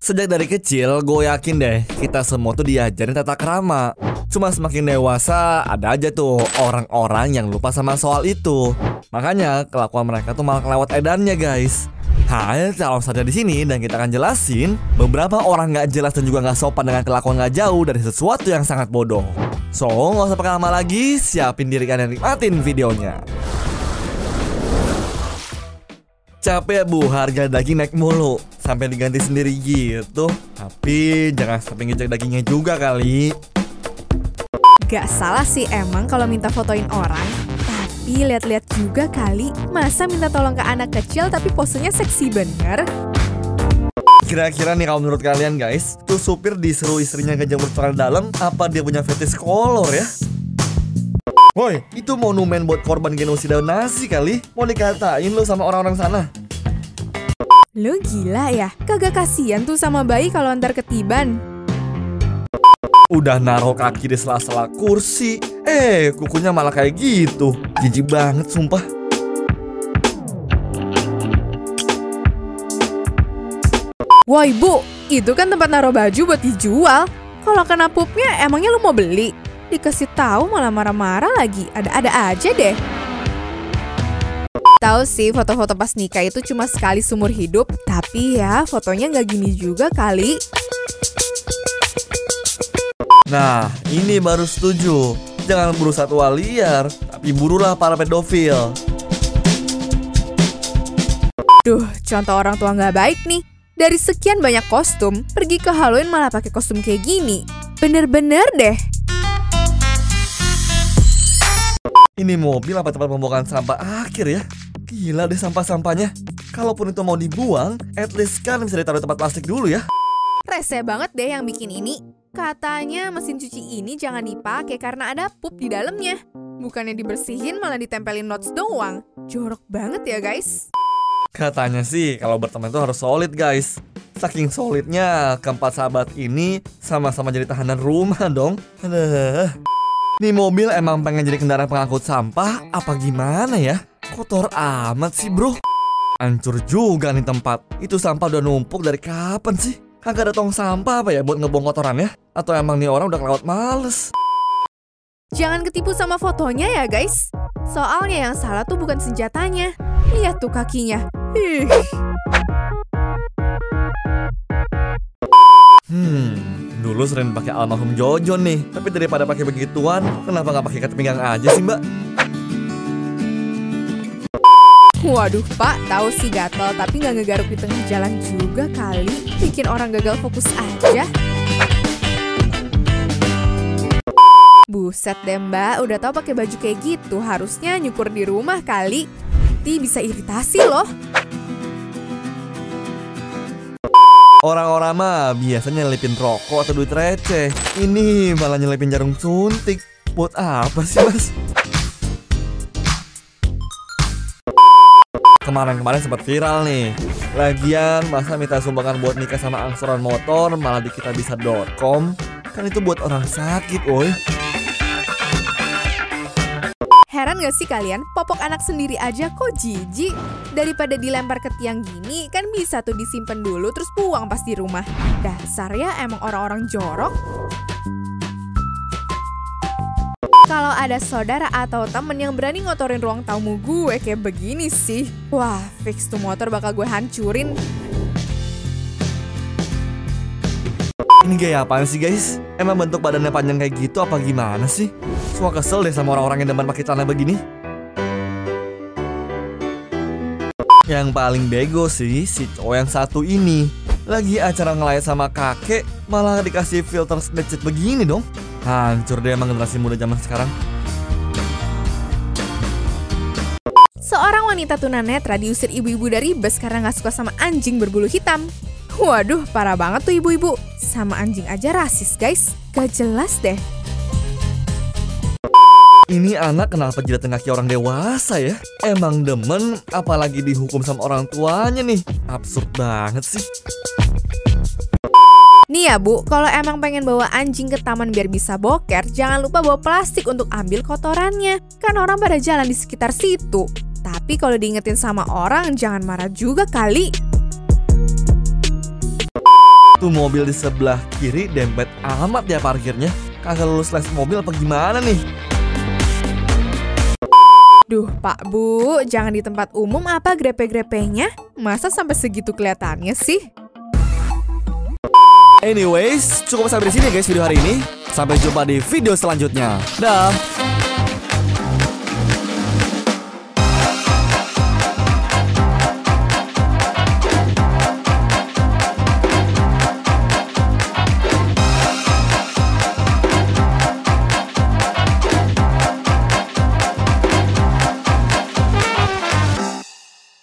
Sejak dari kecil, gue yakin deh, kita semua tuh diajarin tata krama. Cuma semakin dewasa, ada aja tuh orang-orang yang lupa sama soal itu. Makanya kelakuan mereka tuh malah kelewat edannya, guys. Calon saja di sini dan kita akan jelasin beberapa orang nggak jelas dan juga nggak sopan dengan kelakuan nggak jauh dari sesuatu yang sangat bodoh. So, nggak usah pakai lama lagi, siapin diri kalian nikmatin videonya. Capek bu, harga daging naik mulu sampai diganti sendiri gitu. Tapi jangan sampai ngejek dagingnya juga kali. Gak salah sih emang kalau minta fotoin orang. Tapi lihat-lihat juga kali, masa minta tolong ke anak kecil tapi posenya seksi bener? Kira-kira nih kalau menurut kalian guys, tuh supir disuruh istrinya ngejemur celana dalam, apa dia punya fetish kolor ya? Woi, itu monumen buat korban genosida Nazi kali. Mau dikatain lo sama orang-orang sana. Lo gila ya? Kagak kasihan tuh sama bayi kalau ntar ketiban. Udah naruh kaki di sela-sela kursi, kukunya malah kayak gitu. Jijik banget sumpah. Woi bu, itu kan tempat naruh baju buat dijual. Kalau kena pupnya emangnya lo mau beli? Dikasih tahu malah marah-marah lagi. Ada-ada aja deh. Tahu sih foto-foto pas nikah itu cuma sekali seumur hidup, tapi ya fotonya nggak gini juga kali. Nah, ini baru setuju. Jangan buru satwa liar, tapi burulah para pedofil. Duh, contoh orang tua nggak baik nih. Dari sekian banyak kostum, pergi ke Halloween malah pakai kostum kayak gini. Bener-bener deh. Ini mobil apa tempat pembuangan sampah akhir ya? Gila deh sampah-sampahnya. Kalaupun itu mau dibuang, at least kan bisa ditaruh di tempat plastik dulu ya. Rese banget deh yang bikin ini. Katanya mesin cuci ini jangan dipakai karena ada pup di dalamnya. Bukannya dibersihin malah ditempelin notes doang. Jorok banget ya guys. Katanya sih kalau berteman itu harus solid guys. Saking solidnya, keempat sahabat ini sama-sama jadi tahanan rumah dong. Aduh. Nih mobil emang pengen jadi kendaraan pengangkut sampah apa gimana ya? Kotor amat sih bro. Hancur juga nih tempat. Itu sampah udah numpuk dari kapan sih? Kagak ada tong sampah apa ya buat ngebuang kotorannya? Atau emang nih orang udah kelewat males? Jangan ketipu sama fotonya ya guys. Soalnya yang salah tuh bukan senjatanya. Lihat tuh kakinya. Dulu sering pakai almarhum Jojo nih. Tapi daripada pakai begituan, kenapa nggak pakai ikat pinggang aja sih mbak? Waduh pak, tahu sih gatel tapi nggak ngegaruk di tengah jalan juga kali. Bikin orang gagal fokus aja. Buset deh mbak, udah tahu pakai baju kayak gitu, harusnya nyukur di rumah kali. Nanti bisa iritasi loh. Orang-orang mah biasanya nyelipin rokok atau duit receh. Ini malah nyelipin jarum suntik. Buat apa sih mas? Kemarin-kemarin sempat viral nih. Lagian masa minta sumbangan buat nikah sama angsuran motor malah di kitabisa.com. Kan itu buat orang sakit woy. Heran gak sih kalian, popok anak sendiri aja kok jijik? Daripada dilempar ke tiang gini, kan bisa tuh disimpan dulu terus buang pas di rumah. Dasar ya emang orang-orang jorok. Kalau ada saudara atau temen yang berani ngotorin ruang tamu gue kayak begini sih, wah fix tuh motor bakal gue hancurin. Ini gaya apaan sih guys? Emang bentuk badannya panjang kayak gitu apa gimana sih? Suka kesel deh sama orang-orang yang demen pakai celana begini. Yang paling bego sih si cowok yang satu ini. Lagi acara ngelayat sama kakek, malah dikasih filter Snapchat begini dong. Hancur deh emang generasi muda zaman sekarang. Seorang wanita tunanetra diusir ibu-ibu dari bus karena gak suka sama anjing berbulu hitam. Waduh, parah banget tuh ibu-ibu. Sama anjing aja rasis guys. Gak jelas deh. Ini anak kenapa jilat kaki orang dewasa ya? Emang demen, apalagi dihukum sama orang tuanya nih. Absurd banget sih. Nih ya bu, kalau emang pengen bawa anjing ke taman biar bisa boker, jangan lupa bawa plastik untuk ambil kotorannya. Kan orang pada jalan di sekitar situ. Tapi kalau diingetin sama orang, jangan marah juga kali. Tuh mobil di sebelah kiri dempet amat ya parkirnya. Kagak lulus les mobil apa gimana nih? Duh, Pak Bu, jangan di tempat umum apa grepe-grepenya? Masa sampai segitu kelihatannya sih? Anyways, cukup sampai di sini guys video hari ini. Sampai jumpa di video selanjutnya. Dah.